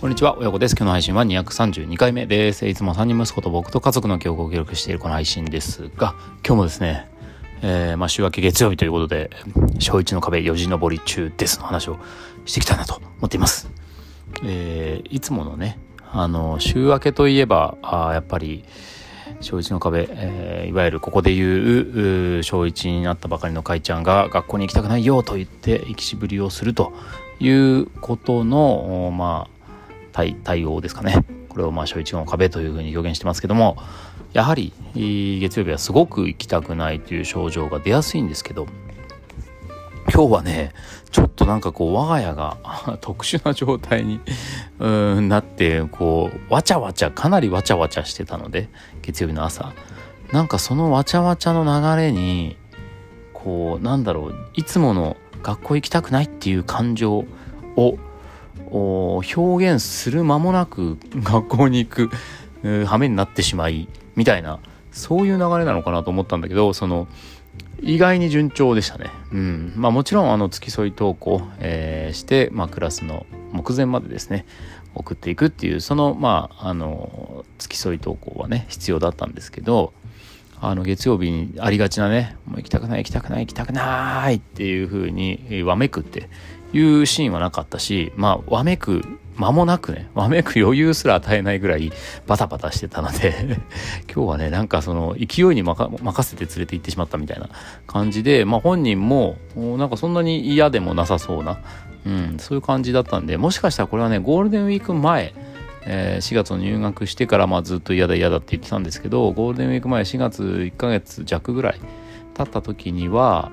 こんにちは、親子です。今日の配信は232回目です。いつも3人息子と僕と家族の記憶を記録しているこの配信ですが、今日もですね、週明け月曜日ということで、小一の壁よじ登り中ですの話をしていきたいなと思っています。いつものね、週明けといえば、やっぱり小一の壁、いわゆるここでいう小一になったばかりのかいちゃんが学校に行きたくないよと言って行きしぶりをするということの、対応ですかね。これを小一の壁というふうに表現してますけども、やはり月曜日はすごく行きたくないという症状が出やすいんですけど、今日はねちょっと我が家が特殊な状態になってかなりわちゃわちゃしてたので、月曜日の朝そのわちゃわちゃの流れにいつもの学校行きたくないっていう感情を表現する間もなく学校に行く羽目になってしまいみたいな、そういう流れなのかなと思ったんだけど、意外に順調でしたね。もちろん付き添い登校、して、クラスの目前までですね送っていくっていう付き添い登校はね必要だったんですけど、月曜日にありがちなね、もう行きたくないっていう風にわめくっていうシーンはなかったし、わめく間もなくね、わめく余裕すら与えないぐらいバタバタしてたので今日はね勢いに任せて連れて行ってしまったみたいな感じで、本人もそんなに嫌でもなさそうな、そういう感じだったんで、もしかしたらこれはねゴールデンウィーク前、4月の入学してからずっと嫌だって言ってたんですけど、ゴールデンウィーク前4月1ヶ月弱ぐらい経った時には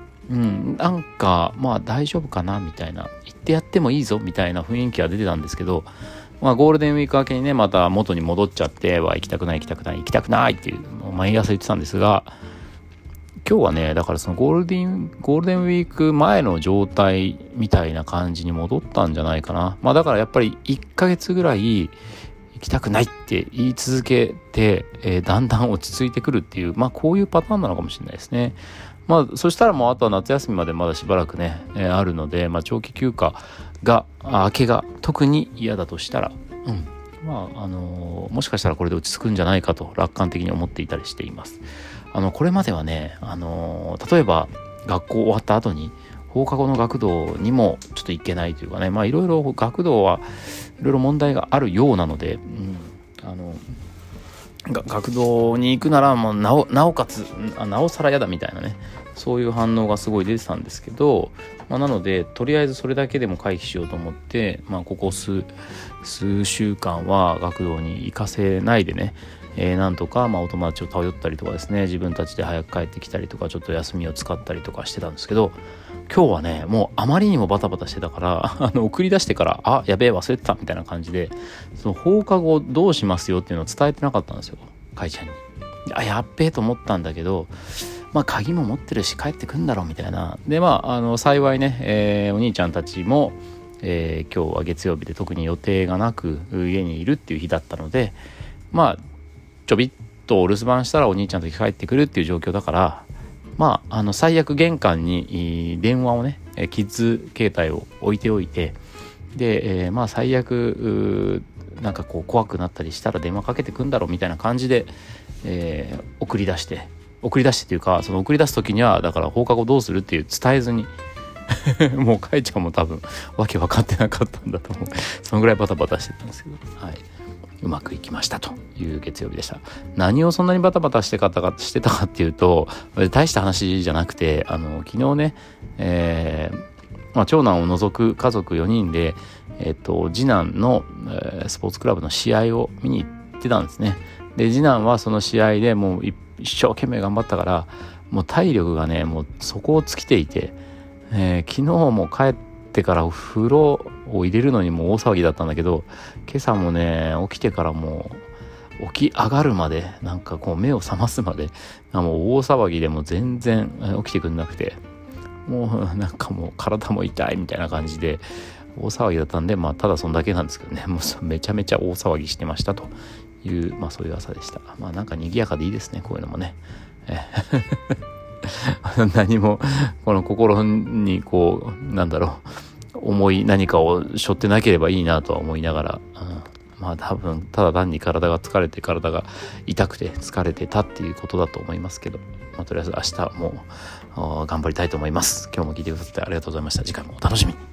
大丈夫かなみたいな、行ってやってもいいぞみたいな雰囲気は出てたんですけど、ゴールデンウィーク明けにねまた元に戻っちゃって行きたくないっていうのを毎朝言ってたんですが、今日はねだからそのゴールデンウィーク前の状態みたいな感じに戻ったんじゃないかな。だからやっぱり1ヶ月ぐらい行きたくないって言い続けて、だんだん落ち着いてくるっていう、こういうパターンなのかもしれないですね。そしたらもうあとは夏休みまでまだしばらくね、あるので、長期休暇が明けが特に嫌だとしたら、もしかしたらこれで落ち着くんじゃないかと楽観的に思っていたりしています。これまではね、例えば学校終わった後に放課後の学童にもちょっと行けないというかね、いろいろ学童はいろいろ問題があるようなので、学童に行くならもうなおかつなおさら嫌だみたいなね、そういう反応がすごい出てたんですけど、なのでとりあえずそれだけでも回避しようと思って、ここ数週間は学童に行かせないでね、なんとかお友達を頼ったりとかですね、自分たちで早く帰ってきたりとか、ちょっと休みを使ったりとかしてたんですけど、今日はねもうあまりにもバタバタしてたから送り出してからやべえ忘れてたみたいな感じで、その放課後どうしますよっていうのを伝えてなかったんですよ、かいちゃんに。やっべえと思ったんだけど、鍵も持ってるし帰ってくんだろうみたいな。で幸いね、お兄ちゃんたちも、今日は月曜日で特に予定がなく家にいるっていう日だったので、ちょびっとお留守番したらお兄ちゃんと帰ってくるっていう状況だから、最悪玄関に電話をねキッズ携帯を置いておいて、で、最悪怖くなったりしたら電話かけてくんだろうみたいな感じで、送り出してっていうか、その送り出す時にはだから放課後どうするっていう伝えずにもうかいちゃんも多分わけ分かってなかったんだと思う。そのぐらいバタバタしてたんですけど、うまくいきましたという月曜日でした。何をそんなにバタバタしてたかっていうと、大した話じゃなくて、昨日ね、長男を除く家族4人で、次男の、スポーツクラブの試合を見に行ってたんですね。で次男はその試合でもう一生懸命頑張ったから、もう体力がねもう底を尽きていて、昨日も帰ってから風呂を入れるのにも大騒ぎだったんだけど、今朝もね起きてからもう起き上がるまで目を覚ますまでもう大騒ぎでも全然起きてくんなくて、もうもう体も痛いみたいな感じで大騒ぎだったんで、ただそんだけなんですけどね、もうめちゃめちゃ大騒ぎしてましたという、そういう朝でした。賑やかでいいですね、こういうのもね。何もこの心に重い何かを背負ってなければいいなとは思いながら、まあ多分ただ単に体が疲れて体が痛くて疲れてたっていうことだと思いますけど、とりあえず明日も頑張りたいと思います。今日も聞いてくださってありがとうございました。次回もお楽しみに。